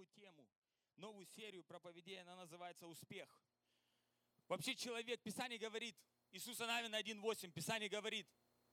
новую тему, новую серию проповедей, она называется «Успех». Вообще человек, Писание говорит, Иисуса Навина 1:8, Писание говорит,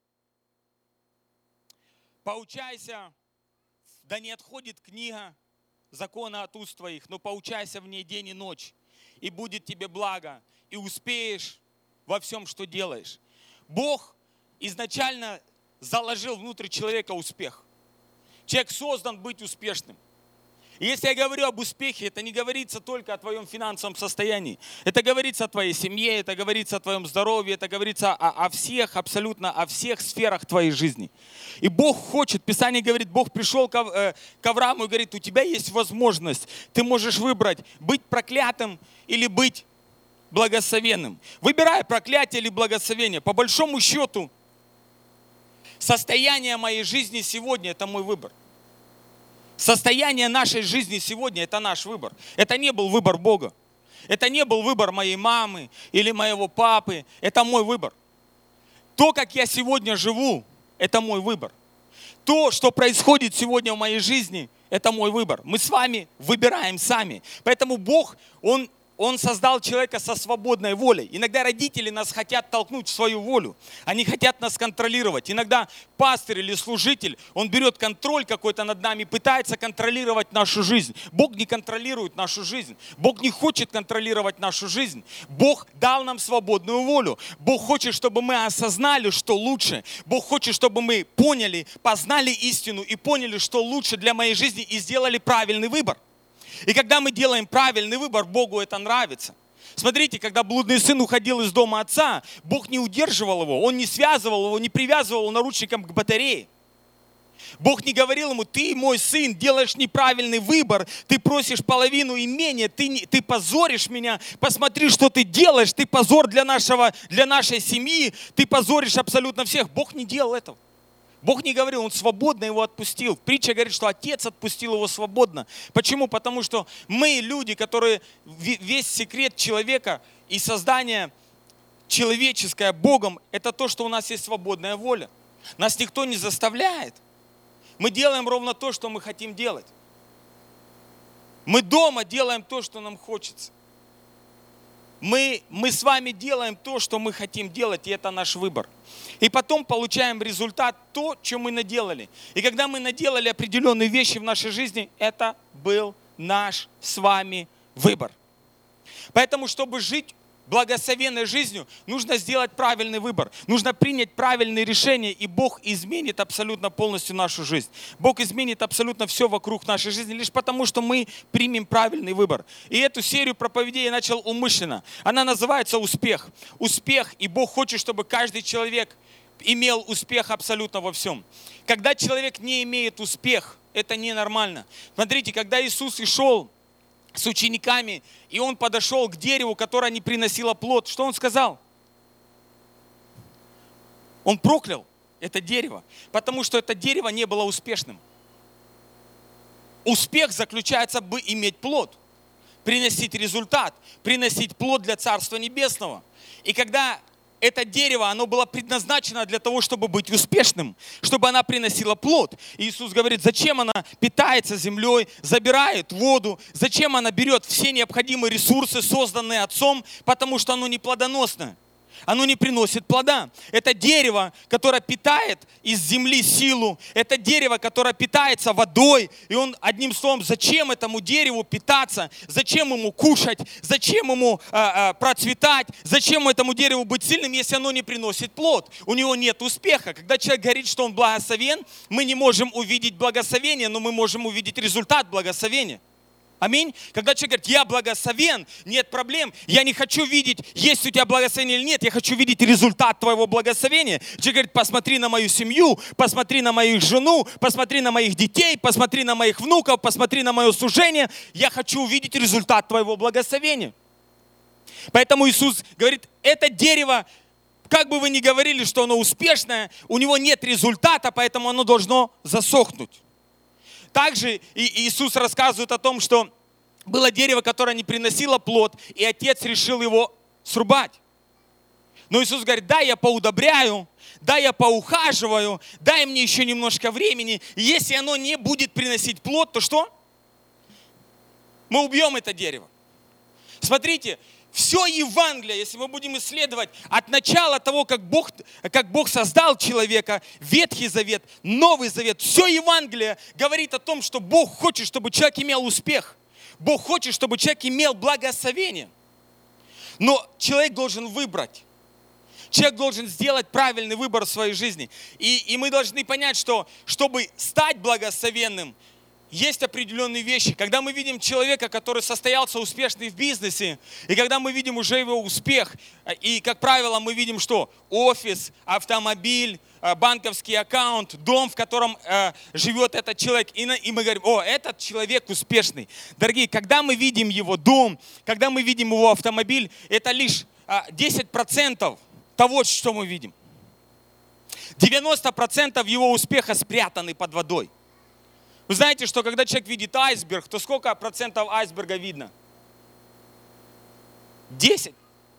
поучайся, да не отходит книга закона от уст твоих, но поучайся в ней день и ночь, и будет тебе благо, и успеешь во всем, что делаешь. Бог изначально заложил внутрь человека успех. Человек создан быть успешным. И если я говорю об успехе, это не говорится только о твоем финансовом состоянии. Это говорится о твоей семье, это говорится о твоем здоровье, это говорится о всех, абсолютно о всех сферах твоей жизни. И Бог хочет, Писание говорит, Бог пришел к Аврааму и говорит, у тебя есть возможность, ты можешь выбрать, быть проклятым или быть благословенным. Выбирай проклятие или благословение. По большому счету, состояние моей жизни сегодня – это мой выбор. Состояние нашей жизни сегодня – это наш выбор. Это не был выбор Бога. Это не был выбор моей мамы или моего папы. Это мой выбор. То, как я сегодня живу, это мой выбор. То, что происходит сегодня в моей жизни, это мой выбор. Мы с вами выбираем сами. Поэтому Бог, Он создал человека со свободной волей. Иногда родители нас хотят толкнуть в свою волю. Они хотят нас контролировать. Иногда пастырь или служитель, он берет контроль какой-то над нами, пытается контролировать нашу жизнь. Бог не контролирует нашу жизнь. Бог не хочет контролировать нашу жизнь. Бог дал нам свободную волю. Бог хочет, чтобы мы осознали, что лучше. Бог хочет, чтобы мы поняли, познали истину и поняли, что лучше для моей жизни и сделали правильный выбор. И когда мы делаем правильный выбор, Богу это нравится. Смотрите, когда блудный сын уходил из дома отца, Бог не удерживал его, Он не связывал его, не привязывал его наручником к батарее. Бог не говорил ему, ты, мой сын, делаешь неправильный выбор, ты просишь половину имения, ты позоришь меня, посмотри, что ты делаешь, ты позор для нашей семьи, ты позоришь абсолютно всех. Бог не делал этого. Бог не говорил, Он свободно его отпустил. Притча говорит, что Отец отпустил его свободно. Почему? Потому что мы люди, которые весь секрет человека и создание человеческое Богом, это то, что у нас есть свободная воля. Нас никто не заставляет. Мы делаем ровно то, что мы хотим делать. Мы дома делаем то, что нам хочется. Мы с вами делаем то, что мы хотим делать, и это наш выбор. И потом получаем результат, то, что мы наделали. И когда мы наделали определенные вещи в нашей жизни, это был наш с вами выбор. Поэтому, чтобы жить благословенной жизнью, нужно сделать правильный выбор. Нужно принять правильные решения, и Бог изменит абсолютно полностью нашу жизнь. Бог изменит абсолютно все вокруг нашей жизни, лишь потому, что мы примем правильный выбор. И эту серию проповедей я начал умышленно. Она называется «Успех». Успех, и Бог хочет, чтобы каждый человек имел успех абсолютно во всем. Когда человек не имеет успех, это ненормально. Смотрите, когда Иисус и шел с учениками, и Он подошел к дереву, которое не приносило плод. Что Он сказал? Он проклял это дерево, потому что это дерево не было успешным. Успех заключается в иметь плод, приносить результат, приносить плод для Царства Небесного. И когда это дерево, оно было предназначено для того, чтобы быть успешным, чтобы она приносила плод. И Иисус говорит, зачем она питается землей, забирает воду, зачем она берет все необходимые ресурсы, созданные Отцом, потому что оно не плодоносное. Оно не приносит плода. Это дерево, которое питает из земли силу. Это дерево, которое питается водой. И он, одним словом, зачем этому дереву питаться? Зачем ему кушать? Зачем ему процветать? Зачем этому дереву быть сильным, если оно не приносит плод? У него нет успеха. Когда человек говорит, что он благословен, мы не можем увидеть благословение, но мы можем увидеть результат благословения. Аминь. Когда человек говорит, я благословен, нет проблем. Я не хочу видеть, есть у тебя благословение или нет. Я хочу видеть результат твоего благословения. Человек говорит, посмотри на мою семью, посмотри на мою жену, посмотри на моих детей, посмотри на моих внуков, посмотри на мое служение. Я хочу увидеть результат твоего благословения. Поэтому Иисус говорит, это дерево, как бы вы ни говорили, что оно успешное, у него нет результата, поэтому оно должно засохнуть. Также Иисус рассказывает о том, что было дерево, которое не приносило плод, и отец решил его срубать. Но Иисус говорит, да, я поудобряю, да, я поухаживаю, дай мне еще немножко времени. И если оно не будет приносить плод, то что? Мы убьем это дерево. Смотрите, все Евангелие, если мы будем исследовать от начала того, как Бог создал человека, Ветхий Завет, Новый Завет, все Евангелие говорит о том, что Бог хочет, чтобы человек имел успех. Бог хочет, чтобы человек имел благословение. Но человек должен выбрать. Человек должен сделать правильный выбор в своей жизни. И мы должны понять, что чтобы стать благословенным, есть определенные вещи. Когда мы видим человека, который состоялся успешный в бизнесе, и когда мы видим уже его успех, и, как правило, мы видим, что офис, автомобиль, банковский аккаунт, дом, в котором живет этот человек, и мы говорим: о, этот человек успешный. Дорогие, когда мы видим его дом, когда мы видим его автомобиль, это лишь 10% того, что мы видим. 90% его успеха спрятаны под водой. Вы знаете, что когда человек видит айсберг, то сколько процентов айсберга видно? 10.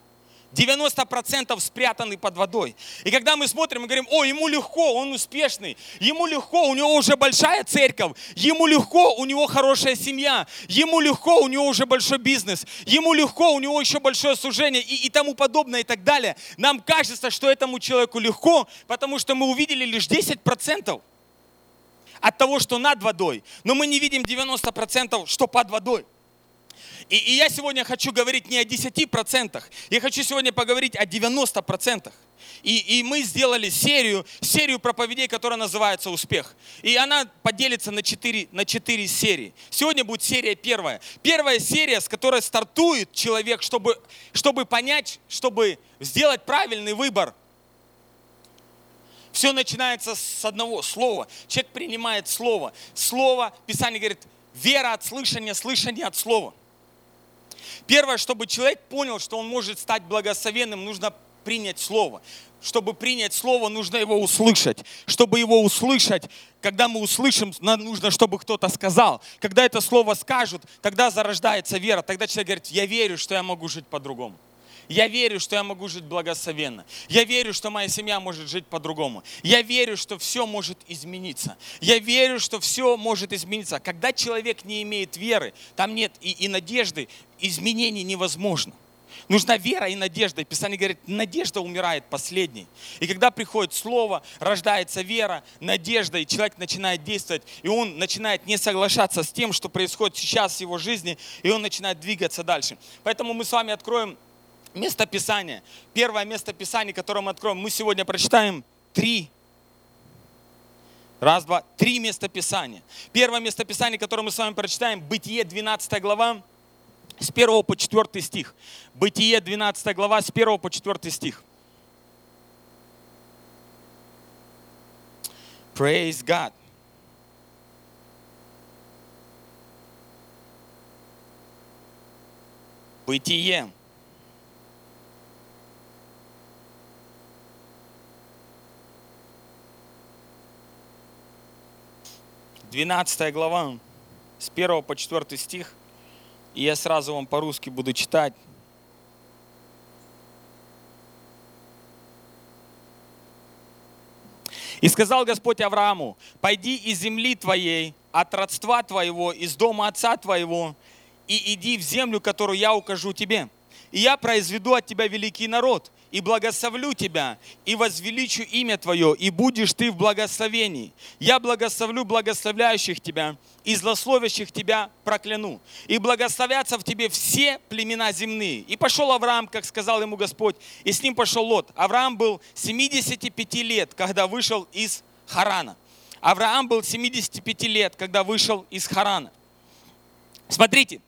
90% спрятаны под водой. И когда мы смотрим и говорим: о, ему легко, он успешный, ему легко, у него уже большая церковь, ему легко, у него хорошая семья, ему легко, у него уже большой бизнес, ему легко, у него еще большое служение и тому подобное и так далее. Нам кажется, что этому человеку легко, потому что мы увидели лишь 10% от того, что над водой, но мы не видим 90%, что под водой. И я сегодня хочу говорить не о 10%, я хочу сегодня поговорить о 90%. И мы сделали серию проповедей, которая называется «Успех». И она поделится на 4 серии. Сегодня будет серия первая. Первая серия, с которой стартует человек, чтобы понять, чтобы сделать правильный выбор. Все начинается с одного слова. Человек принимает слово. Слово, Писание говорит, вера от слышания, слышание от слова. Первое, чтобы человек понял, что он может стать благословенным, нужно принять слово. Чтобы принять слово, нужно его услышать. Чтобы его услышать, когда мы услышим, нам нужно, чтобы кто-то сказал. Когда это слово скажут, тогда зарождается вера. Тогда человек говорит: я верю, что я могу жить по-другому. Я верю, что я могу жить благословенно. Я верю, что моя семья может жить по-другому. Я верю, что все может измениться. Я верю, что все может измениться. Когда человек не имеет веры, там нет и надежды, изменений невозможно. Нужна вера и надежда. И Писание говорит, надежда умирает последней. И когда приходит слово, рождается вера, надежда, и человек начинает действовать, и он начинает не соглашаться с тем, что происходит сейчас в его жизни, и он начинает двигаться дальше. Поэтому мы с вами откроем место Писания. Первое место Писания, которое мы откроем, мы сегодня прочитаем 3 места Писания. Первое место Писания, которое мы с вами прочитаем, Бытие, 12 глава, с 1 по 4 стих. Бытие, 12 глава, с 1 по 4 стих. Praise God. Бытие. Двенадцатая глава, с 1 по 4 стих. И я сразу вам по-русски буду читать. «И сказал Господь Аврааму: пойди из земли твоей, от родства твоего, из дома отца твоего, и иди в землю, которую я укажу тебе. И я произведу от тебя великий народ, и благословлю тебя, и возвеличу имя твое, и будешь ты в благословении. Я благословлю благословляющих тебя, и злословящих тебя прокляну. И благословятся в тебе все племена земные. И пошел Авраам, как сказал ему Господь, и с ним пошел Лот. Авраам был 75 лет, когда вышел из Харана». Авраам был 75 лет, когда вышел из Харана. Смотрите,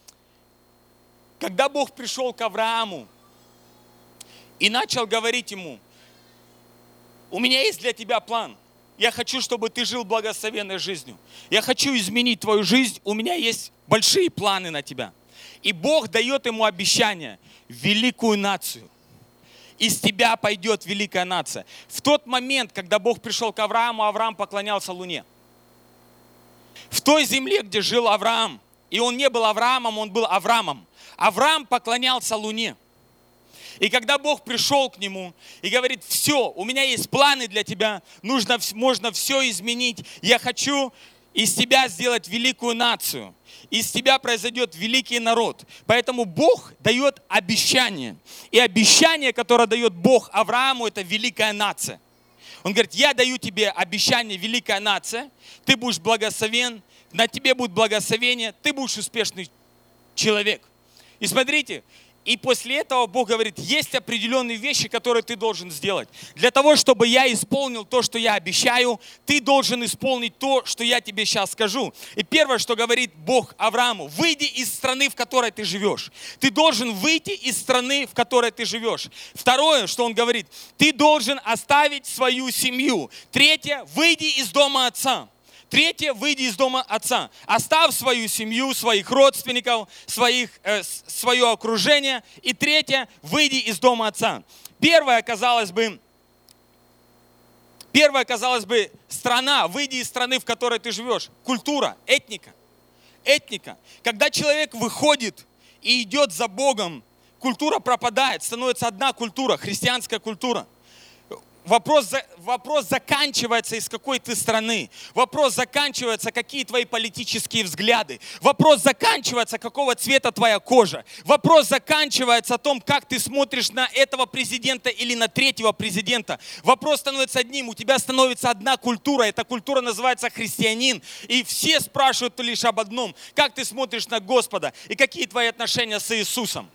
когда Бог пришел к Аврааму и начал говорить ему: у меня есть для тебя план. Я хочу, чтобы ты жил благословенной жизнью. Я хочу изменить твою жизнь. У меня есть большие планы на тебя. И Бог дает ему обещание: великую нацию. Из тебя пойдет великая нация. В тот момент, когда Бог пришел к Аврааму, Авраам поклонялся Луне. В той земле, где жил Авраам, и он не был Авраамом, он был Аврамом. Авраам поклонялся Луне. И когда Бог пришел к нему и говорит: все, у меня есть планы для тебя, можно все изменить, я хочу из тебя сделать великую нацию. Из тебя произойдет великий народ. Поэтому Бог дает обещание. И обещание, которое дает Бог Аврааму, это великая нация. Он говорит, я даю тебе обещание, великая нация, ты будешь благословен, на тебе будет благословение, ты будешь успешный человек. И смотрите, и после этого Бог говорит, есть определенные вещи, которые ты должен сделать. Для того, чтобы я исполнил то, что я обещаю, ты должен исполнить то, что я тебе сейчас скажу. И первое, что говорит Бог Аврааму, выйди из страны, в которой ты живешь. Ты должен выйти из страны, в которой ты живешь. Второе, что он говорит, ты должен оставить свою семью. Третье, выйди из дома отца. Третье, выйди из дома отца. Оставь свою семью, своих родственников, свое окружение. И третье, выйди из дома отца. Первое, казалось бы, страна, выйди из страны, в которой ты живешь. Культура, этника. Когда человек выходит и идет за Богом, культура пропадает, становится одна культура, христианская культура. Вопрос заканчивается, из какой ты страны. Вопрос заканчивается, какие твои политические взгляды. Вопрос заканчивается, какого цвета твоя кожа. Вопрос заканчивается о том, как ты смотришь на этого президента или на третьего президента. Вопрос становится одним, у тебя становится одна культура. Эта культура называется христианин. И все спрашивают лишь об одном. Как ты смотришь на Господа и какие твои отношения с Иисусом.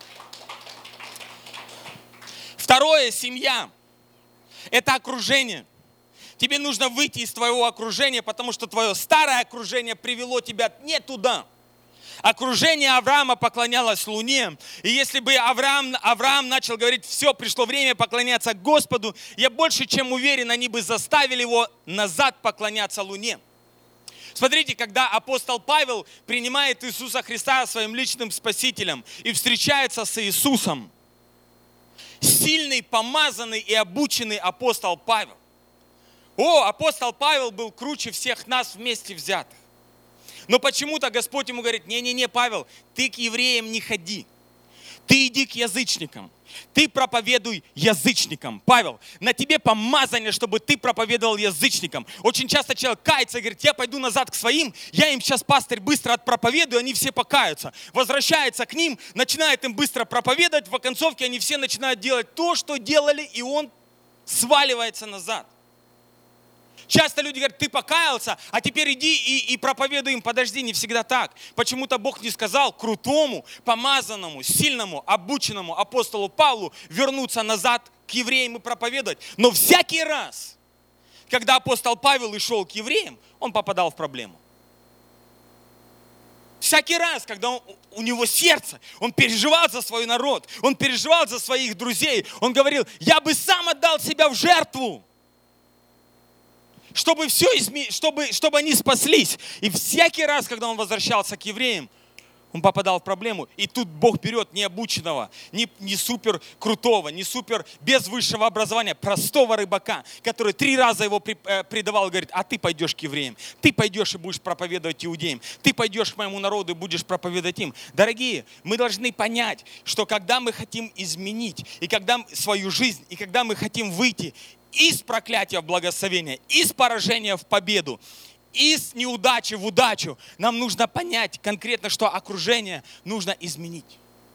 Второе, семья. Это окружение. Тебе нужно выйти из твоего окружения, потому что твое старое окружение привело тебя не туда. Окружение Авраама поклонялось Луне. И если бы Авраам начал говорить, все, пришло время поклоняться Господу, я больше чем уверен, они бы заставили его назад поклоняться Луне. Смотрите, когда апостол Павел принимает Иисуса Христа своим личным спасителем и встречается с Иисусом, сильный, помазанный и обученный апостол Павел. Апостол Павел был круче всех нас вместе взятых. Но почему-то Господь ему говорит, не-не-не, Павел, ты к евреям не ходи. Ты иди к язычникам. Ты проповедуй язычникам. Павел, на тебе помазание, чтобы ты проповедовал язычникам. Очень часто человек кается и говорит, я пойду назад к своим, я им сейчас, пастырь, быстро отпроповедую, они все покаются. Возвращается к ним, начинает им быстро проповедовать, в оконцовке они все начинают делать то, что делали, и он сваливается назад. Часто люди говорят, ты покаялся, а теперь иди и проповедуй им. Подожди, не всегда так. Почему-то Бог не сказал крутому, помазанному, сильному, обученному апостолу Павлу вернуться назад к евреям и проповедовать. Но всякий раз, когда апостол Павел и шел к евреям, он попадал в проблему. Всякий раз, когда у него сердце, он переживал за свой народ, он переживал за своих друзей, он говорил, я бы сам отдал себя в жертву. Чтобы они спаслись. И всякий раз, когда он возвращался к евреям, он попадал в проблему. И тут Бог берет необученного, не супер крутого, не супер без высшего образования, простого рыбака, который 3 раза его предавал и говорит, а ты пойдешь к евреям, ты пойдешь и будешь проповедовать иудеям, ты пойдешь к моему народу и будешь проповедовать им. Дорогие, мы должны понять, что когда мы хотим изменить и когда свою жизнь, и когда мы хотим выйти из проклятия в благословение, из поражения в победу, из неудачи в удачу, нам нужно понять конкретно, что окружение нужно изменить.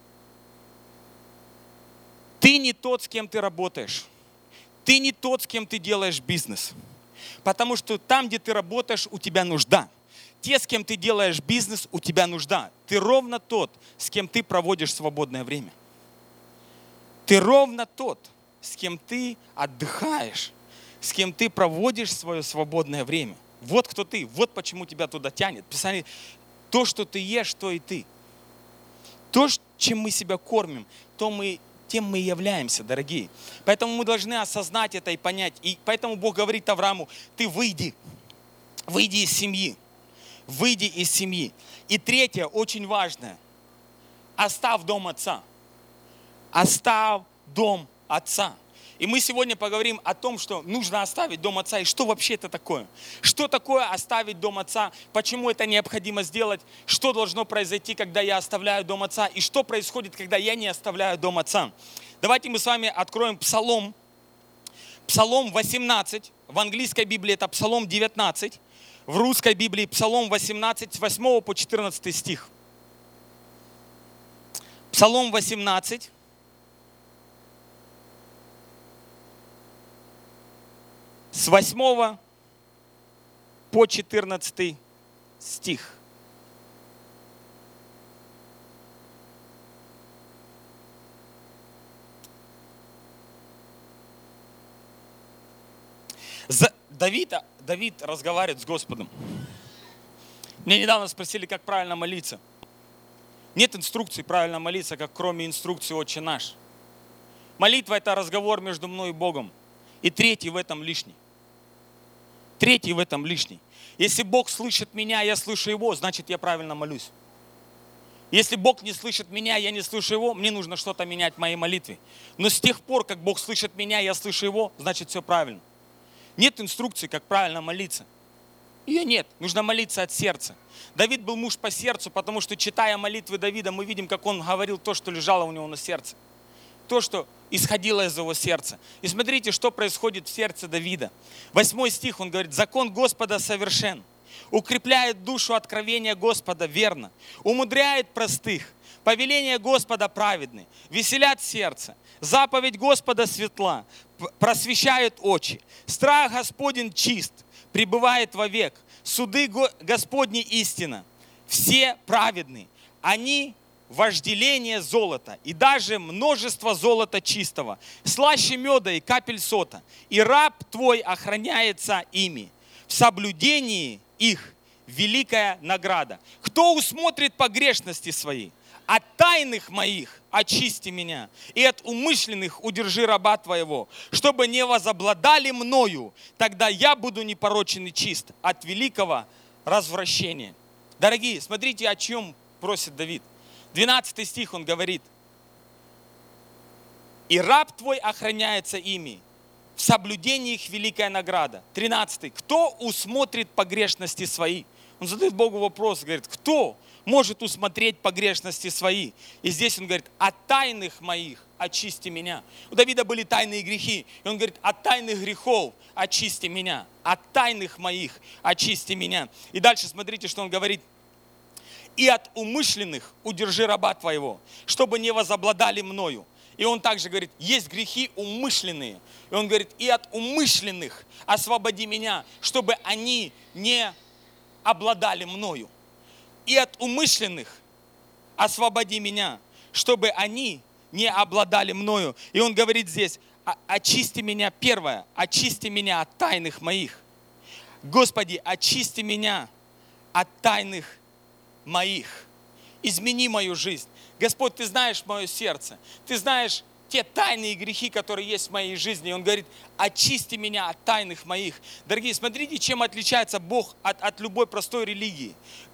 Ты не тот, с кем ты работаешь. Ты не тот, с кем ты делаешь бизнес. Потому что там, где ты работаешь, у тебя нужда. Те, с кем ты делаешь бизнес, у тебя нужда. Ты ровно тот, с кем ты проводишь свободное время. Ты ровно тот, с кем ты отдыхаешь, с кем ты проводишь свое свободное время. Вот кто ты, вот почему тебя туда тянет. Писание, то, что ты ешь, то и ты. То, чем мы себя кормим, тем мы и являемся, дорогие. Поэтому мы должны осознать это и понять. И поэтому Бог говорит Аврааму, ты выйди из семьи. Выйди из семьи. И третье, очень важное, оставь дом отца. Оставь дом отца. И мы сегодня поговорим о том, что нужно оставить дом отца. И что вообще это такое? Что такое оставить дом отца? Почему это необходимо сделать? Что должно произойти, когда я оставляю дом отца? И что происходит, когда я не оставляю дом отца? Давайте мы с вами откроем Псалом. Псалом 18. В английской Библии это Псалом 19. в русской Библии Псалом 18, с 8 по 14 стих. Псалом 18. С 8 по 14 стих. Давид разговаривает с Господом. Мне недавно спросили, как правильно молиться. Нет инструкции правильно молиться, как кроме инструкции «Отче наш». Молитва – это разговор между мной и Богом. И третий в этом лишний. Третий в этом лишний. Если Бог слышит меня, я слышу Его, значит, я правильно молюсь. Если Бог не слышит меня, я не слышу Его, мне нужно что-то менять в моей молитве. Но с тех пор, как Бог слышит меня, я слышу Его, значит, все правильно. Нет инструкции, как правильно молиться. Ее нет. Нужно молиться от сердца. Давид был муж по сердцу, потому что, читая молитвы Давида, мы видим, как он говорил то, что лежало у него на сердце. То, что исходило из его сердца. И смотрите, что происходит в сердце Давида. 8 стих, он говорит: «Закон Господа совершен, укрепляет душу откровения Господа верно, умудряет простых, повеления Господа праведны, веселят сердце, заповедь Господа светла, просвещают очи, страх Господень чист, пребывает вовек, суды Господни истина, все праведны, они вожделение золота и даже множество золота чистого, слаще меда и капель сота, и раб твой охраняется ими, в соблюдении их великая награда. Кто усмотрит погрешности свои? От тайных моих очисти меня, и от умышленных удержи раба твоего, чтобы не возобладали мною, тогда я буду непорочен и чист от великого развращения». Дорогие, смотрите, о чем просит Давид. 12 стих он говорит: «И раб твой охраняется ими, в соблюдении их великая награда». 13. «Кто усмотрит погрешности свои?» Он задает Богу вопрос, говорит: кто может усмотреть погрешности свои? И здесь он говорит: от тайных моих очисти меня. У Давида были тайные грехи. И он говорит: от тайных грехов очисти меня. От тайных моих очисти меня. И дальше смотрите, что он говорит: и от умышленных удержи раба твоего, чтобы не возобладали мною. И он также говорит: есть грехи умышленные. И он говорит: и от умышленных освободи меня, чтобы они не обладали мною. И от умышленных освободи меня, чтобы они не обладали мною. И он говорит здесь: очисти меня, первое, очисти меня от тайных моих. Господи, очисти меня от тайных моих. Измени мою жизнь. Господь, Ты знаешь мое сердце. Ты знаешь те тайные грехи, которые есть в моей жизни. И Он говорит: очисти меня от тайных моих. Дорогие, смотрите, чем отличается Бог от любой простой религии.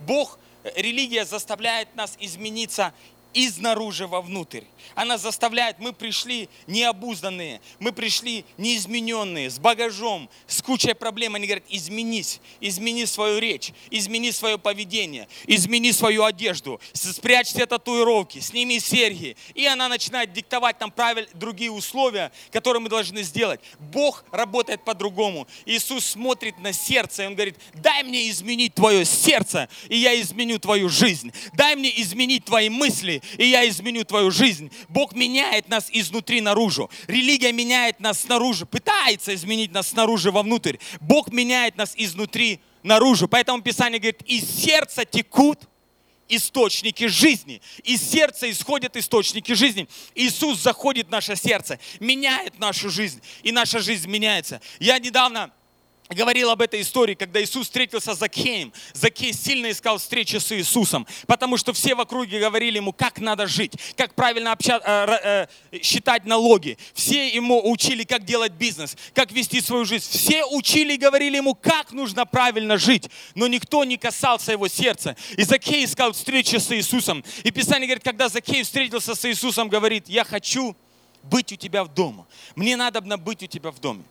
Религия заставляет нас измениться изнаружи вовнутрь. Она заставляет, мы пришли необузданные, мы пришли неизмененные, с багажом, с кучей проблем. Они говорят: изменись, измени свою речь, измени свое поведение, измени свою одежду, спрячь все татуировки, сними серьги. И она начинает диктовать нам другие условия, которые мы должны сделать. Бог работает по-другому. Иисус смотрит на сердце, и Он говорит: дай мне изменить твое сердце, и я изменю твою жизнь. Дай мне изменить твои мысли, и я изменю твою жизнь. Бог меняет нас изнутри наружу. Религия меняет нас снаружи, пытается изменить нас снаружи вовнутрь. Бог меняет нас изнутри наружу. Поэтому Писание говорит: из сердца текут источники жизни. Из сердца исходят источники жизни. Иисус заходит в наше сердце, меняет нашу жизнь, и наша жизнь меняется. Я недавно говорил об этой истории, когда Иисус встретился с Закхеем. Закхей сильно искал встречи с Иисусом, потому что все в округе говорили ему, как надо жить, как правильно считать налоги. Все ему учили, как делать бизнес, как вести свою жизнь. Все учили и говорили ему, как нужно правильно жить, но никто не касался его сердца. И Закхей искал встречи с Иисусом. И Писание говорит, когда Закхей встретился с Иисусом, говорит: я хочу быть у тебя в доме. Мне надобно быть у тебя в доме.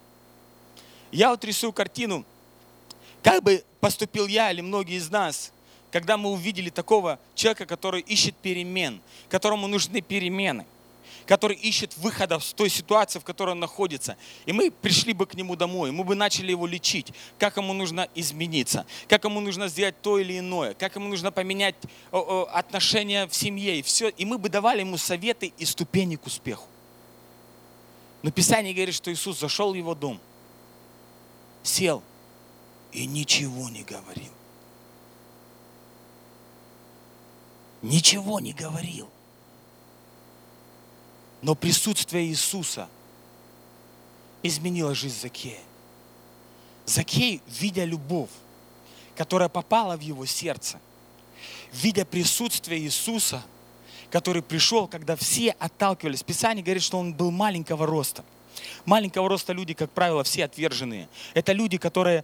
Я вот рисую картину, как бы поступил я или многие из нас, когда мы увидели такого человека, который ищет перемен, которому нужны перемены, который ищет выхода с той ситуации, в которой он находится. И мы пришли бы к нему домой, мы бы начали его лечить, как ему нужно измениться, как ему нужно сделать то или иное, как ему нужно поменять отношения в семье и все. И мы бы давали ему советы и ступени к успеху. Но Писание говорит, что Иисус зашел в его дом, сел и ничего не говорил. Ничего не говорил. Но присутствие Иисуса изменило жизнь Закея. Закей, видя любовь, которая попала в его сердце, видя присутствие Иисуса, который пришел, когда все отталкивались. Писание говорит, что он был маленького роста. Маленького роста люди, как правило, все отверженные. Это люди, которые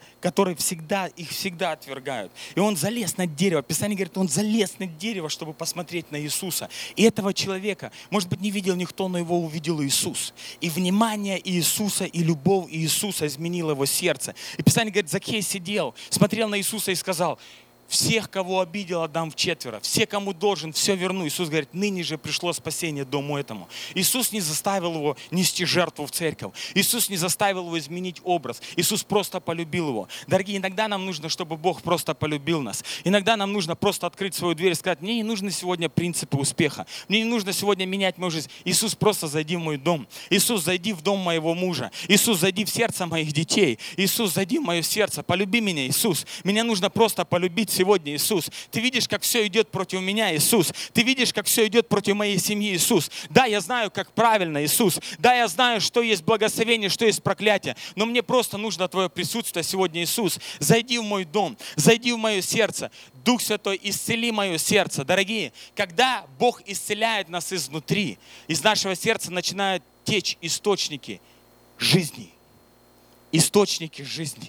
их всегда отвергают. И он залез на дерево. Писание говорит, он залез на дерево, чтобы посмотреть на Иисуса. И этого человека, может быть, не видел никто, но его увидел Иисус. И внимание Иисуса, и любовь Иисуса изменило его сердце. И Писание говорит, Закей сидел, смотрел на Иисуса и сказал: всех, кого обидел, отдам вчетверо. Все, кому должен, все верну. Иисус говорит, ныне же пришло спасение дому этому. Иисус не заставил его нести жертву в церковь. Иисус не заставил его изменить образ. Иисус просто полюбил его. Дорогие, иногда нам нужно, чтобы Бог просто полюбил нас. Иногда нам нужно просто открыть свою дверь и сказать: мне не нужны сегодня принципы успеха. Мне не нужно сегодня менять мою жизнь. Иисус, просто зайди в мой дом. Иисус, зайди в дом моего мужа. Иисус, зайди в сердце моих детей. Иисус, зайди в мое сердце. Полюби меня, Иисус. Меня нужно просто полюбить сегодня, Иисус. Ты видишь, как все идет против меня, Иисус. Ты видишь, как все идет против моей семьи, Иисус. Да, я знаю, как правильно, Иисус. Да, я знаю, что есть благословение, что есть проклятие. Но мне просто нужно Твое присутствие сегодня, Иисус. Зайди в мой дом, зайди в мое сердце. Дух Святой, исцели мое сердце. Дорогие, когда Бог исцеляет нас изнутри, из нашего сердца начинают течь источники жизни. Источники жизни.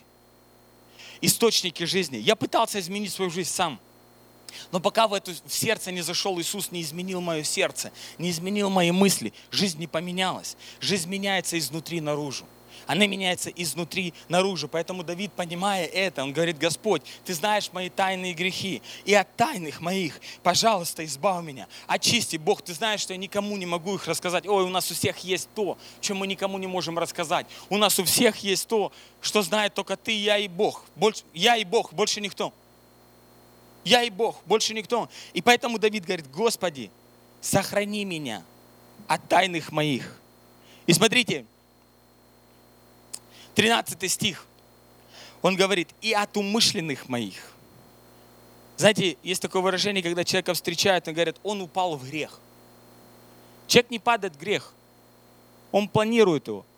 Источники жизни. Я пытался изменить свою жизнь сам. Но пока в сердце не зашел Иисус, не изменил мое сердце, не изменил мои мысли, жизнь не поменялась. Жизнь меняется изнутри наружу. Она меняется изнутри наружу. Поэтому Давид, понимая это, он говорит: Господь, Ты знаешь мои тайные грехи. И от тайных моих, пожалуйста, избавь меня. Очисти, Бог, Ты знаешь, что я никому не могу их рассказать. Ой, у нас у всех есть то, чем мы никому не можем рассказать. У нас у всех есть то, что знает только Ты, я и Бог. Я и Бог, больше никто. Я и Бог, больше никто. И поэтому Давид говорит: Господи, сохрани меня от тайных моих. И смотрите, 13 стих, он говорит: и от умышленных моих. Знаете, есть такое выражение, когда человека встречают, и говорят: он упал в грех. Человек не падает в грех, он планирует его.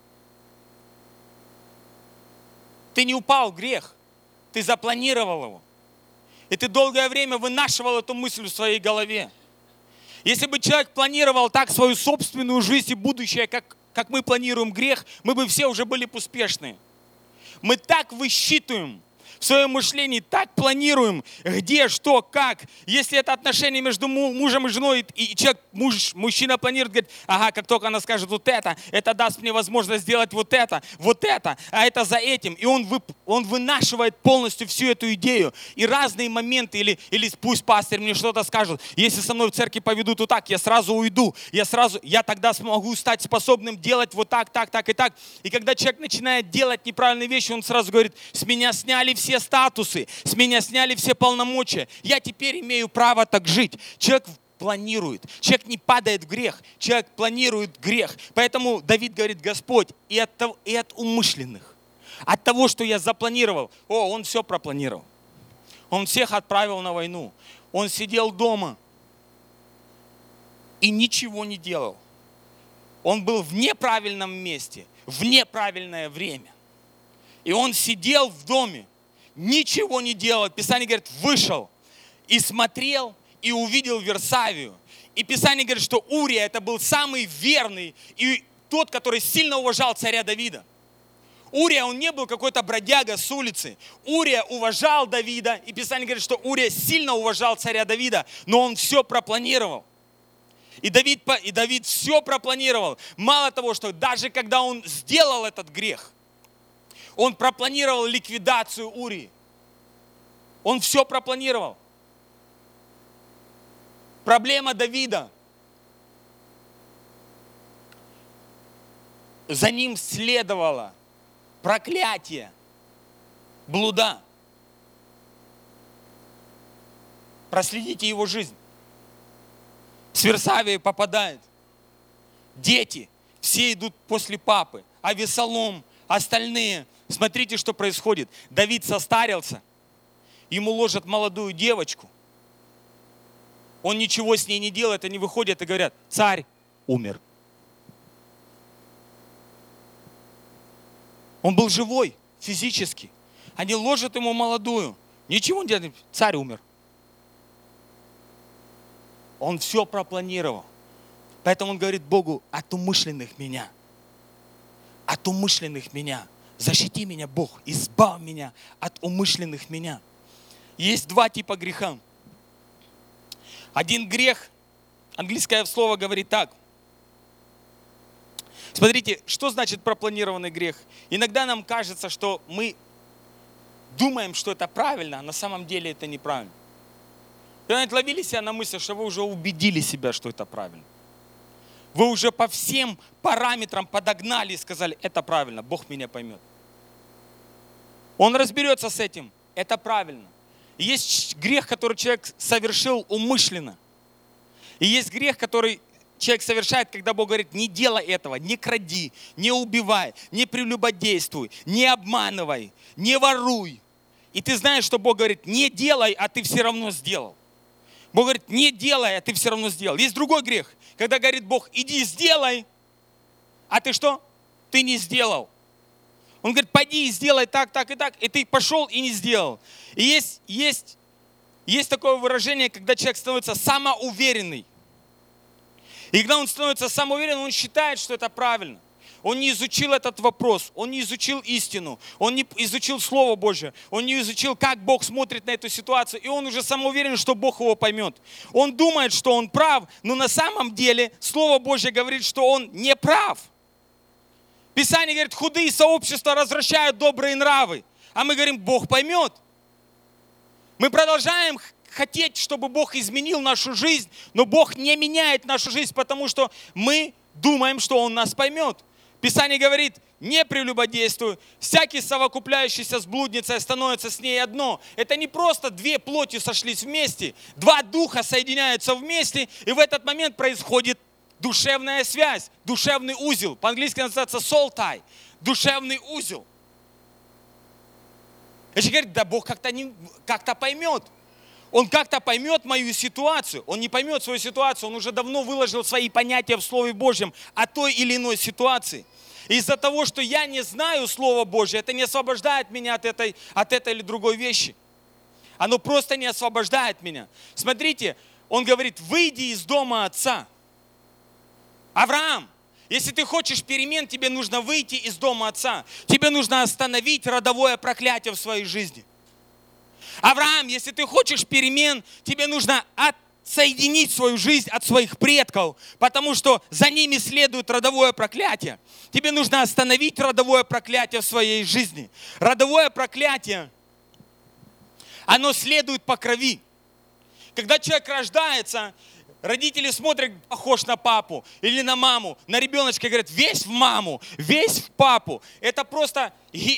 Ты не упал в грех, ты запланировал его. И ты долгое время вынашивал эту мысль в своей голове. Если бы человек планировал так свою собственную жизнь и будущее, как мы планируем грех, мы бы все уже были успешны. Мы так высчитываем в своем мышлении, так планируем, где, что, как. Если это отношения между мужем и женой, и человек, мужчина планирует, говорит: ага, как только она скажет вот это даст мне возможность сделать вот это, а это за этим. И он вынашивает полностью всю эту идею. И разные моменты, или пусть пастор мне что-то скажет, если со мной в церкви поведут вот так, я сразу уйду, я тогда смогу стать способным делать вот так, так и так. И когда человек начинает делать неправильные вещи, он сразу говорит: с меня сняли все статусы, с меня сняли все полномочия, я теперь имею право так жить. Человек планирует, человек не падает в грех, человек планирует грех. Поэтому Давид говорит: Господь, и от умышленных, от того, что я запланировал. Он все пропланировал. Он всех отправил на войну. Он сидел дома и ничего не делал. Он был в неправильном месте, в неправильное время. И он сидел в доме, ничего не делал. Писание говорит: вышел и смотрел, и увидел Версавию. И Писание говорит, что Урия это был самый верный и тот, который сильно уважал царя Давида. Урия, он не был какой-то бродяга с улицы. Урия уважал Давида. И Писание говорит, что Урия сильно уважал царя Давида, но он все пропланировал. И Давид все пропланировал. Мало того, что даже когда он сделал этот грех, он пропланировал ликвидацию Урии. Он все пропланировал. Проблема Давида за ним следовало проклятие блуда. Проследите его жизнь. С Версавии попадает. Дети, все идут после папы. Авесолом, остальные. Смотрите, что происходит. Давид состарился. Ему ложат молодую девочку. Он ничего с ней не делает. Они выходят и говорят: царь умер. Он был живой физически. Они ложат ему молодую. Ничего не делают. Царь умер. Он все пропланировал. Поэтому он говорит Богу: от умышленных меня. От умышленных меня. Защити меня, Бог. Избавь меня от умышленных меня. Есть два типа греха. Один грех, английское слово говорит так. Смотрите, что значит пропланированный грех? Иногда нам кажется, что мы думаем, что это правильно, а на самом деле это неправильно. Вы ловили себя на мысли, что вы уже убедили себя, что это правильно. Вы уже по всем параметрам подогнали и сказали: это правильно, Бог меня поймет. Он разберется с этим, это правильно. И есть грех, который человек совершил умышленно. И есть грех, который человек совершает, когда Бог говорит: не делай этого, не кради, не убивай, не прелюбодействуй, не обманывай, не воруй. И ты знаешь, что Бог говорит: не делай, а ты все равно сделал. Бог говорит: не делай, а ты все равно сделал. Есть другой грех, когда говорит Бог: иди сделай, а ты что? Ты не сделал. Он говорит: пойди и сделай так, так и так, и ты пошел и не сделал. И есть такое выражение, когда человек становится самоуверенный. И когда он становится самоуверенным, он считает, что это правильно. Он не изучил этот вопрос, он не изучил истину, он не изучил Слово Божье, он не изучил, как Бог смотрит на эту ситуацию, и он уже самоуверен, что Бог его поймет. Он думает, что он прав, но на самом деле Слово Божье говорит, что он не прав. Писание говорит: худые сообщества развращают добрые нравы. А мы говорим: Бог поймет. Мы продолжаем хотеть, чтобы Бог изменил нашу жизнь, но Бог не меняет нашу жизнь, потому что мы думаем, что Он нас поймет. Писание говорит: не прелюбодействуй, всякий совокупляющийся с блудницей становится с ней одно. Это не просто две плоти сошлись вместе, два духа соединяются вместе, и в этот момент происходит душевная связь, душевный узел. По-английски называется soul tie, душевный узел. И человек говорит: да Бог как-то поймет. Он как-то поймет мою ситуацию. Он не поймет свою ситуацию. Он уже давно выложил свои понятия в Слове Божьем о той или иной ситуации. Из-за того, что я не знаю Слово Божье, это не освобождает меня от этой или другой вещи. Оно просто не освобождает меня. Смотрите, он говорит: выйди из дома отца. Авраам, если ты хочешь перемен, тебе нужно выйти из дома отца. Тебе нужно остановить родовое проклятие в своей жизни. Авраам, если ты хочешь перемен, тебе нужно отсоединить свою жизнь от своих предков, потому что за ними следует родовое проклятие. Тебе нужно остановить родовое проклятие в своей жизни. Родовое проклятие, оно следует по крови. Когда человек рождается, родители смотрят: похож на папу или на маму, на ребеночка, и говорят: весь в маму, весь в папу. Это просто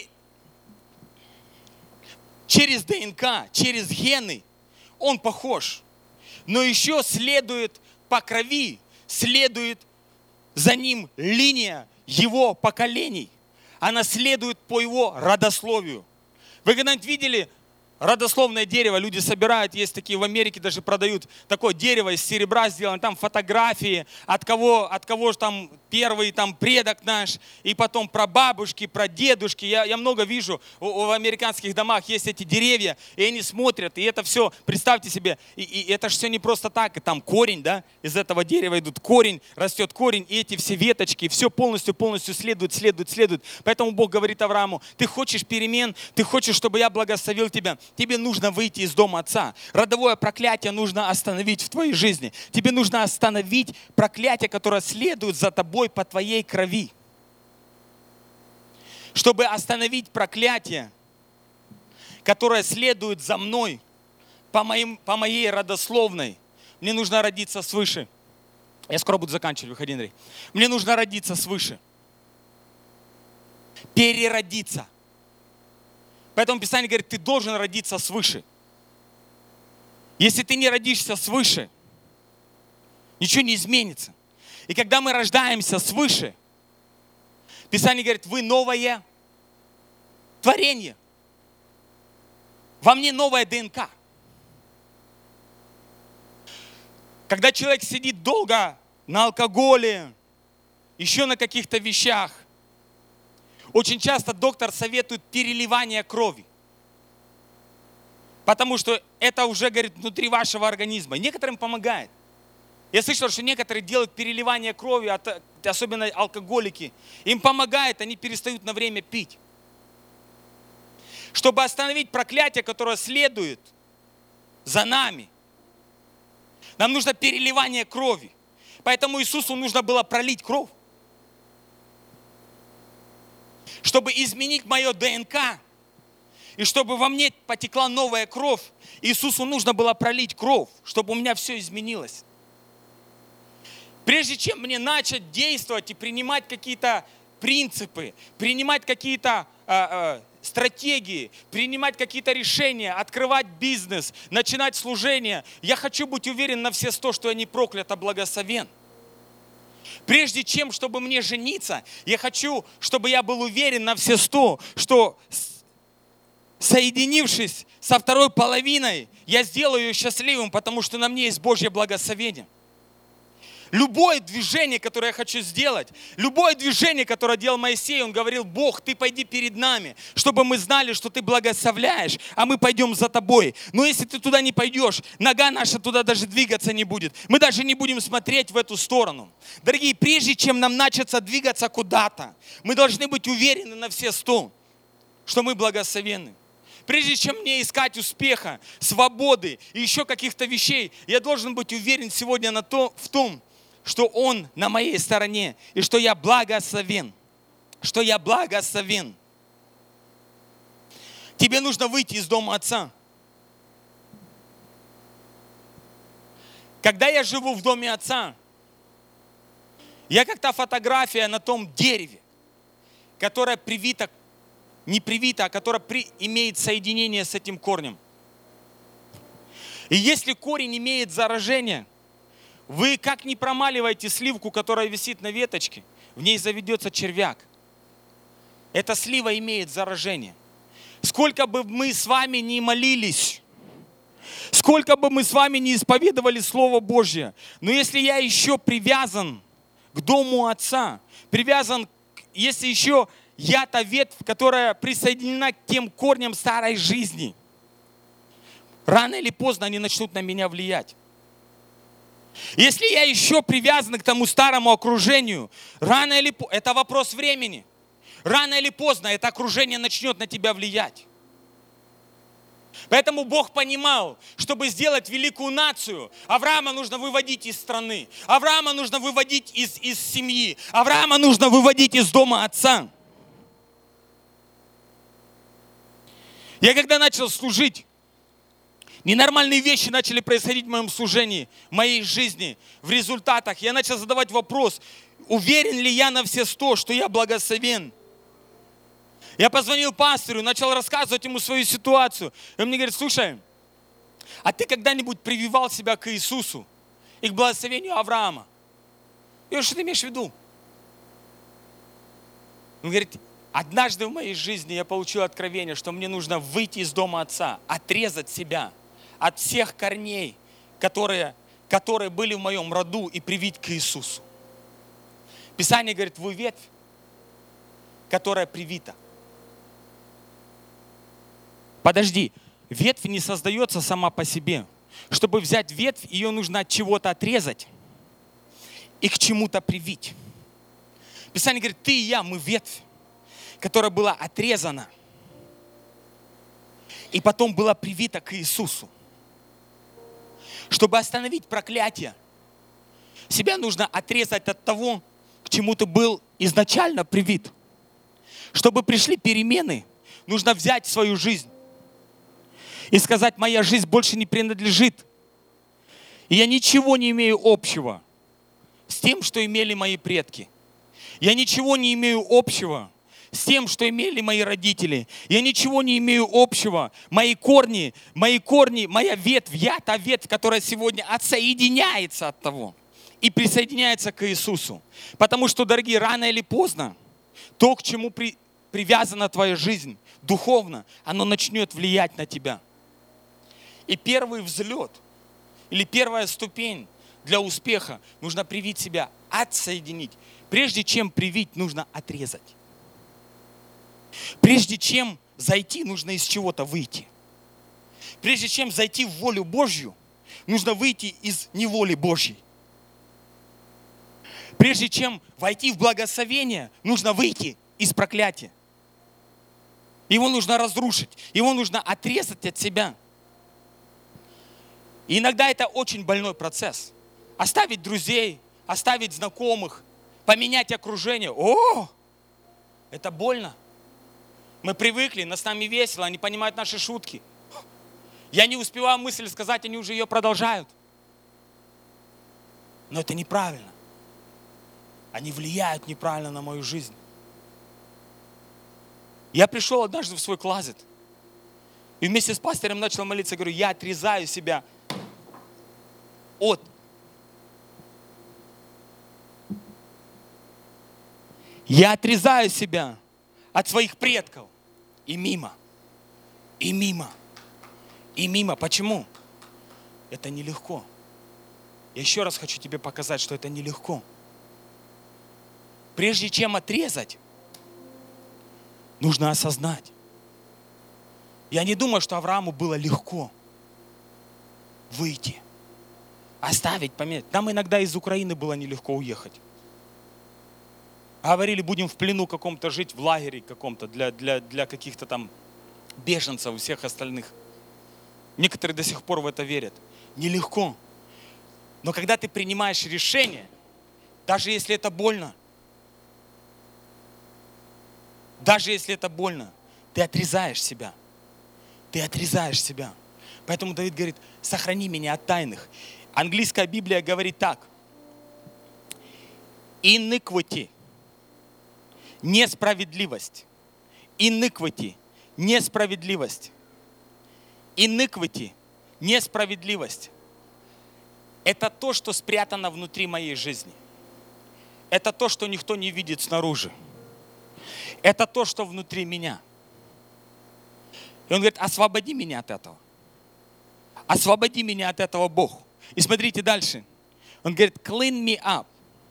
через ДНК, через гены он похож. Но еще следует по крови, следует за ним линия его поколений. Она следует по его родословию. Вы когда-нибудь видели родословное дерево? Люди собирают, есть такие в Америке, даже продают такое дерево из серебра сделано, там фотографии, от кого же там первый там предок наш, и потом про бабушки, про дедушки. Я много вижу, в американских домах есть эти деревья, и они смотрят, и это все, представьте себе, и это же все не просто так, и там корень, да, из этого дерева идут корень, растет корень, и эти все веточки, все полностью следует. Поэтому Бог говорит Аврааму: ты хочешь перемен, ты хочешь, чтобы я благословил тебя, тебе нужно выйти из дома отца. Родовое проклятие нужно остановить в твоей жизни. Тебе нужно остановить проклятие, которое следует за тобой по твоей крови. Чтобы остановить проклятие, которое следует за мной по моей родословной, мне нужно родиться свыше. Я скоро буду заканчивать, выходи, Андрей. Мне нужно родиться свыше. Переродиться. Поэтому Писание говорит, ты должен родиться свыше. Если ты не родишься свыше, ничего не изменится. И когда мы рождаемся свыше, Писание говорит, вы новое творение. Во мне новая ДНК. Когда человек сидит долго на алкоголе, еще на каких-то вещах, очень часто доктор советует переливание крови. Потому что это уже, говорит, внутри вашего организма. Некоторым помогает. Я слышал, что некоторые делают переливание крови, особенно алкоголики. Им помогает, они перестают на время пить. Чтобы остановить проклятие, которое следует за нами, нам нужно переливание крови. Поэтому Иисусу нужно было пролить кровь. Чтобы изменить мое ДНК, и чтобы во мне потекла новая кровь, Иисусу нужно было пролить кровь, чтобы у меня все изменилось. Прежде чем мне начать действовать и принимать какие-то принципы, принимать какие-то стратегии, принимать какие-то решения, открывать бизнес, начинать служение, я хочу быть уверен на все 100, что я не проклят, а благословен. Прежде чем, чтобы мне жениться, я хочу, чтобы я был уверен на все 100, что соединившись со второй половиной, я сделаю ее счастливым, потому что на мне есть Божье благословение. Любое движение, которое я хочу сделать, любое движение, которое делал Моисей, он говорил, Бог, ты пойди перед нами, чтобы мы знали, что ты благословляешь, а мы пойдем за тобой. Но если ты туда не пойдешь, нога наша туда даже двигаться не будет. Мы даже не будем смотреть в эту сторону. Дорогие, прежде чем нам начаться двигаться куда-то, мы должны быть уверены на все 100, что мы благословенны. Прежде чем мне искать успеха, свободы и еще каких-то вещей, я должен быть уверен сегодня в том, что Он на моей стороне, и что я благословен. Что я благословен. Тебе нужно выйти из дома Отца. Когда я живу в доме Отца, я как та фотография на том дереве, которая привита, не привита, а которая имеет соединение с этим корнем. И если корень имеет заражение, вы как не промаливаете сливку, которая висит на веточке, в ней заведется червяк. Эта слива имеет заражение. Сколько бы мы с вами ни молились, сколько бы мы с вами ни исповедовали Слово Божье, но если я еще привязан к дому Отца, если еще я та ветвь, которая присоединена к тем корням старой жизни, рано или поздно они начнут на меня влиять. Если я еще привязан к тому старому окружению, рано или поздно, это вопрос времени, рано или поздно это окружение начнет на тебя влиять. Поэтому Бог понимал, чтобы сделать великую нацию, Авраама нужно выводить из страны, Авраама нужно выводить из семьи, Авраама нужно выводить из дома Отца. Я когда начал служить, ненормальные вещи начали происходить в моем служении, в моей жизни, в результатах. Я начал задавать вопрос, уверен ли я на все 100, что я благословен. Я позвонил пастору, начал рассказывать ему свою ситуацию. И он мне говорит, слушай, а ты когда-нибудь прививал себя к Иисусу и к благословению Авраама? Я говорю, что ты имеешь в виду? Он говорит, однажды в моей жизни я получил откровение, что мне нужно выйти из дома Отца, отрезать себя от всех корней, которые были в моем роду, и привить к Иисусу. Писание говорит, вы ветвь, которая привита. Подожди, ветвь не создается сама по себе. Чтобы взять ветвь, ее нужно от чего-то отрезать и к чему-то привить. Писание говорит, ты и я, мы ветвь, которая была отрезана и потом была привита к Иисусу. Чтобы остановить проклятие, себя нужно отрезать от того, к чему ты был изначально привит. Чтобы пришли перемены, нужно взять свою жизнь и сказать, моя жизнь больше не принадлежит. И я ничего не имею общего с тем, что имели мои предки. Я ничего не имею общего с тем, что имели мои родители. Я ничего не имею общего. Мои корни, моя ветвь, я та ветвь, которая сегодня отсоединяется от того и присоединяется к Иисусу. Потому что, дорогие, рано или поздно то, к чему привязана твоя жизнь духовно, оно начнет влиять на тебя. И первый взлет или первая ступень для успеха нужно привить себя, отсоединить. Прежде чем привить, нужно отрезать. Прежде чем зайти, нужно из чего-то выйти. Прежде чем зайти в волю Божью, нужно выйти из неволи Божьей. Прежде чем войти в благословение, нужно выйти из проклятия. Его нужно разрушить, его нужно отрезать от себя. И иногда это очень больной процесс. Оставить друзей, оставить знакомых, поменять окружение. О, это больно. Мы привыкли, с нами весело, они понимают наши шутки. Я не успеваю мысль сказать, они уже ее продолжают. Но это неправильно. Они влияют неправильно на мою жизнь. Я пришел однажды в свой клозет и вместе с пастором начал молиться. Говорю, я отрезаю себя от. Я отрезаю себя от своих предков. И мимо. И мимо. И мимо. Почему? Это нелегко. Я еще раз хочу тебе показать, что это нелегко. Прежде чем отрезать, нужно осознать. Я не думаю, что Аврааму было легко выйти, оставить, поменять. Нам иногда из Украины было нелегко уехать. Говорили, будем в плену каком-то жить, в лагере каком-то для каких-то там беженцев и всех остальных. Некоторые до сих пор в это верят. Нелегко. Но когда ты принимаешь решение, даже если это больно, ты отрезаешь себя. Ты отрезаешь себя. Поэтому Давид говорит, сохрани меня от тайных. Английская Библия говорит так. Iniquity. Несправедливость. Iniquity. Несправедливость. Iniquity. Несправедливость. Это то, что спрятано внутри моей жизни. Это то, что никто не видит снаружи. Это то, что внутри меня. И он говорит, освободи меня от этого. Освободи меня от этого, Бог. И смотрите дальше. Он говорит, clean me up.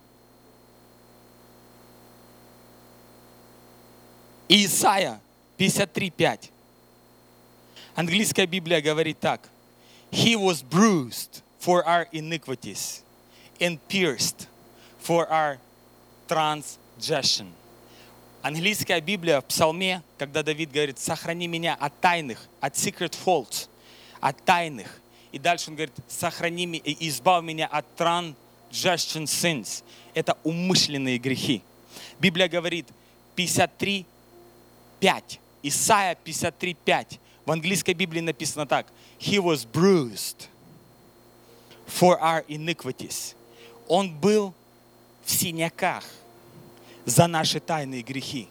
Исайя 53:5. Английская Библия говорит так. He was bruised for our iniquities and pierced for our transgression. Английская Библия в Псалме, когда Давид говорит, сохрани меня от тайных, от secret faults, от тайных. И дальше он говорит, сохрани меня и избавь меня от transgression sins. Это умышленные грехи. Библия говорит 53:5. Исайя 53:5. В английской Библии написано так. He was bruised for our iniquities. Он был в синяках за наши тайные грехи.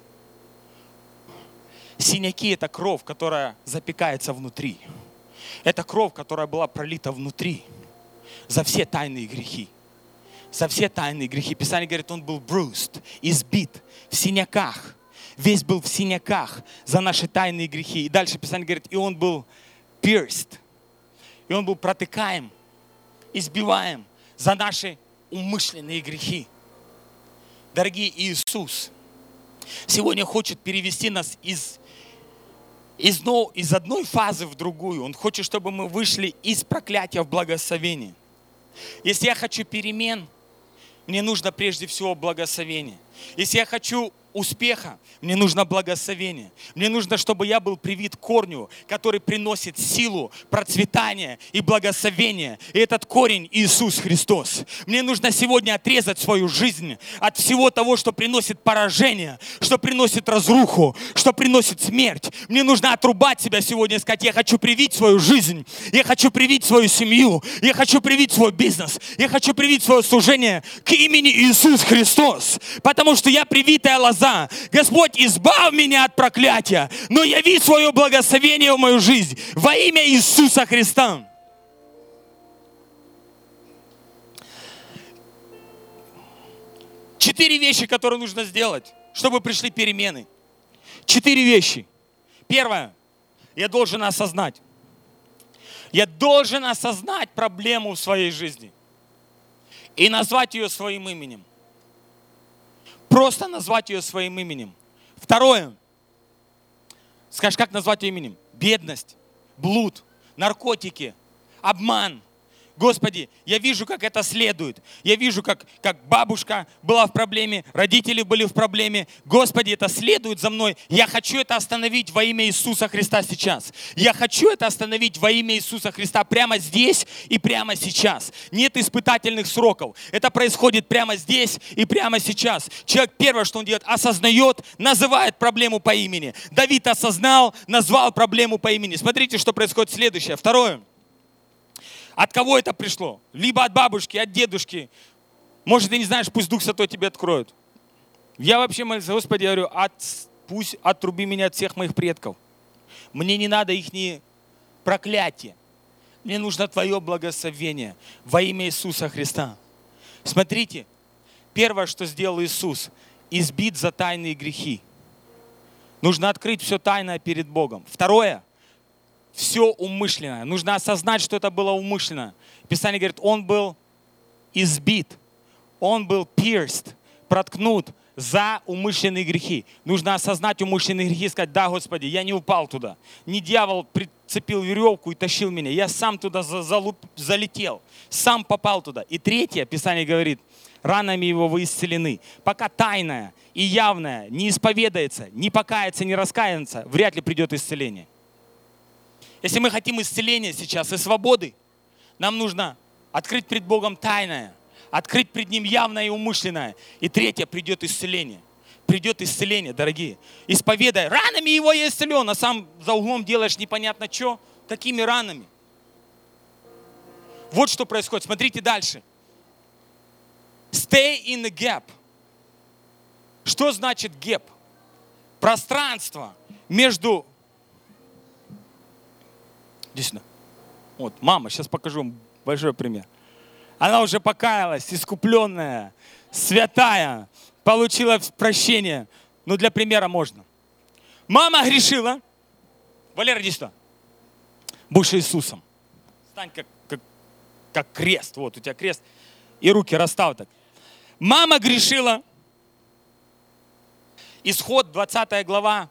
Синяки – это кровь, которая запекается внутри. Это кровь, которая была пролита внутри за все тайные грехи. За все тайные грехи. Писание говорит, он был bruised, избит, в синяках. Весь был в синяках за наши тайные грехи. И дальше Писание говорит, и он был pierced. И он был протыкаем, избиваем за наши умышленные грехи. Дорогие, Иисус сегодня хочет перевести нас из одной фазы в другую. Он хочет, чтобы мы вышли из проклятия в благословение. Если я хочу перемен, мне нужно прежде всего благословение. Если я хочу успеха, мне нужно благословение. Мне нужно, чтобы я был привит к корню, который приносит силу, процветание и благословение. И этот корень Иисус Христос. Мне нужно сегодня отрезать свою жизнь от всего того, что приносит поражение, что приносит разруху, что приносит смерть. Мне нужно отрубать себя сегодня и сказать, я хочу привить свою жизнь, я хочу привить свою семью, я хочу привить свой бизнес, я хочу привить свое служение к имени Иисус Христос. Потому что я привитая лоза глаза. Господь, избавь меня от проклятия, но яви свое благословение в мою жизнь во имя Иисуса Христа. Четыре вещи, которые нужно сделать, чтобы пришли перемены. 4 вещи. Первое. Я должен осознать. Я должен осознать проблему в своей жизни и назвать ее своим именем. Просто назвать ее своим именем. Второе. Скажешь, как назвать ее именем? Бедность, блуд, наркотики, обман. Господи, я вижу, как это следует. Я вижу, как бабушка была в проблеме, родители были в проблеме. Господи, это следует за мной. Я хочу это остановить во имя Иисуса Христа сейчас. Я хочу это остановить во имя Иисуса Христа прямо здесь и прямо сейчас. Нет испытательных сроков. Это происходит прямо здесь и прямо сейчас. Человек первое, что он делает, осознает, называет проблему по имени. Давид осознал, назвал проблему по имени. Смотрите, что происходит следующее. Второе. От кого это пришло? Либо от бабушки, от дедушки. Может, ты не знаешь, пусть Дух Святой тебе откроет. Я вообще молился, Господи, я говорю, пусть отруби меня от всех моих предков. Мне не надо их проклятие. Мне нужно Твое благословение во имя Иисуса Христа. Смотрите, первое, что сделал Иисус, избит за тайные грехи. Нужно открыть все тайное перед Богом. Второе. Все умышленное. Нужно осознать, что это было умышленно. Писание говорит, он был избит, он был pierced, проткнут за умышленные грехи. Нужно осознать умышленные грехи и сказать, да, Господи, я не упал туда. Не дьявол прицепил веревку и тащил меня. Я сам туда залетел, сам попал туда. И третье, Писание говорит, ранами его вы исцелены. Пока тайное и явное не исповедается, не покается, не раскается, вряд ли придет исцеление. Если мы хотим исцеления сейчас и свободы, нам нужно открыть пред Богом тайное, открыть пред Ним явное и умышленное. И третье, придет исцеление. Придет исцеление, дорогие. Исповедай, ранами Его я исцелен, а сам за углом делаешь непонятно что, какими ранами. Вот что происходит. Смотрите дальше. Stay in the gap. Что значит gap? Пространство между... Иди сюда. Вот, мама, сейчас покажу вам большой пример. Она уже покаялась, искупленная, святая, получила прощение. Ну, для примера можно. Мама грешила. Валера, иди сюда. Будь Иисусом. Стань как крест. Вот у тебя крест. И руки расстав так. Мама грешила. Исход, 20 глава.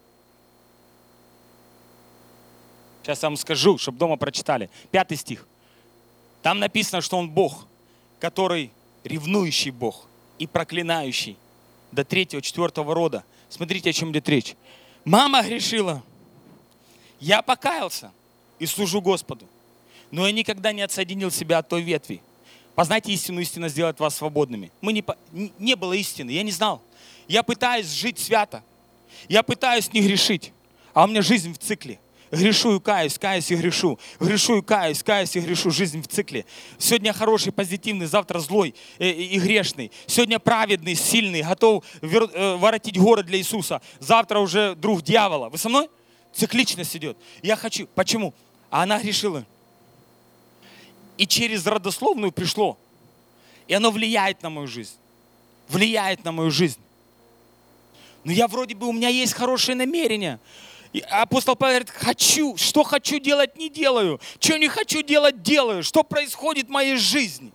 Сейчас я вам скажу, чтобы дома прочитали. 5 стих. Там написано, что он Бог, который ревнующий Бог и проклинающий до 3-4 рода. Смотрите, о чем идет речь. Мама грешила. Я покаялся и служу Господу. Но я никогда не отсоединил себя от той ветви. Познайте истину, истина сделает вас свободными. Не было истины, я не знал. Я пытаюсь жить свято. Я пытаюсь не грешить. А у меня жизнь в цикле. Грешу и каюсь, каюсь и грешу. Грешу и каюсь, каюсь и грешу. Жизнь в цикле. Сегодня хороший, позитивный, завтра злой и грешный. Сегодня праведный, сильный, готов воротить горы для Иисуса. Завтра уже друг дьявола. Вы со мной? Цикличность идет. Я хочу. Почему? А она грешила. И через родословную пришло. И оно влияет на мою жизнь. Влияет на мою жизнь. Но я вроде бы, у меня есть хорошие намерения. И апостол Павел говорит, хочу, что хочу делать, не делаю. Что не хочу делать, делаю. Что происходит в моей жизни?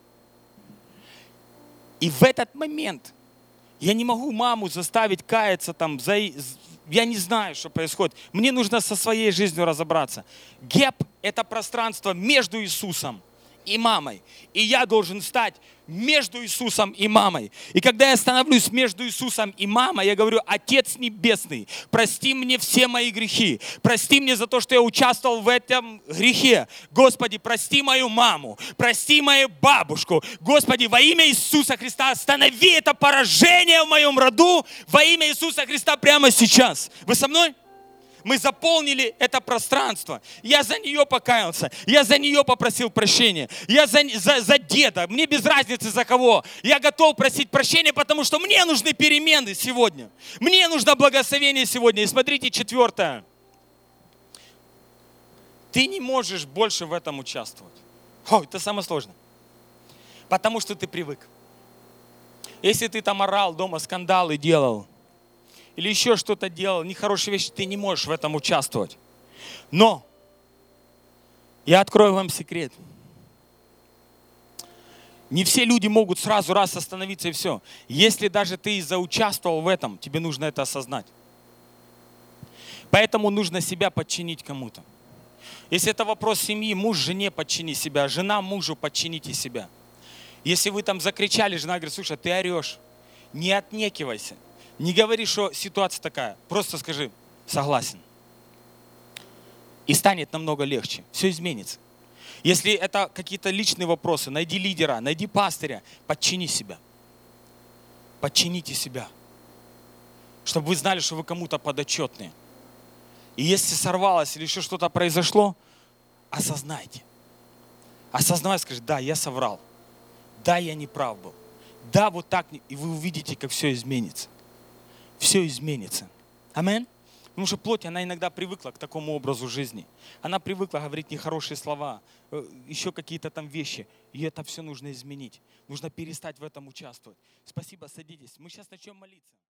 И в этот момент я не могу маму заставить каяться там. Я не знаю, что происходит. Мне нужно со своей жизнью разобраться. Гэп – это пространство между Иисусом и мамой. И я должен стать между Иисусом и мамой. И когда я становлюсь между Иисусом и мамой, я говорю, Отец Небесный, прости мне все мои грехи. Прости мне за то, что я участвовал в этом грехе. Господи, прости мою маму. Прости мою бабушку. Господи, во имя Иисуса Христа останови это поражение в моем роду. Во имя Иисуса Христа прямо сейчас. Вы со мной? Мы заполнили это пространство. Я за нее покаялся. Я за нее попросил прощения. Я за деда. Мне без разницы за кого. Я готов просить прощения, потому что мне нужны перемены сегодня. Мне нужно благословение сегодня. И смотрите, 4. Ты не можешь больше в этом участвовать. Это самое сложное. Потому что ты привык. Если ты там орал дома, скандалы делал, или еще что-то делал, нехорошие вещи, ты не можешь в этом участвовать. Но я открою вам секрет. Не все люди могут сразу раз остановиться и все. Если даже ты заучаствовал в этом, тебе нужно это осознать. Поэтому нужно себя подчинить кому-то. Если это вопрос семьи, муж жене подчини себя, жена мужу подчините себя. Если вы там закричали, жена говорит, слушай, ты орешь, не отнекивайся. Не говори, что ситуация такая. Просто скажи, согласен. И станет намного легче. Все изменится. Если это какие-то личные вопросы, найди лидера, найди пастыря, подчини себя. Подчините себя. Чтобы вы знали, что вы кому-то подотчетные. И если сорвалось или еще что-то произошло, осознайте. Осознавайте, скажите, да, я соврал. Да, я не прав был. Да, вот так. И вы увидите, как все изменится. Все изменится. Аминь. Потому что плоть, она иногда привыкла к такому образу жизни. Она привыкла говорить нехорошие слова, еще какие-то там вещи. И это все нужно изменить. Нужно перестать в этом участвовать. Спасибо, садитесь. Мы сейчас начнем молиться.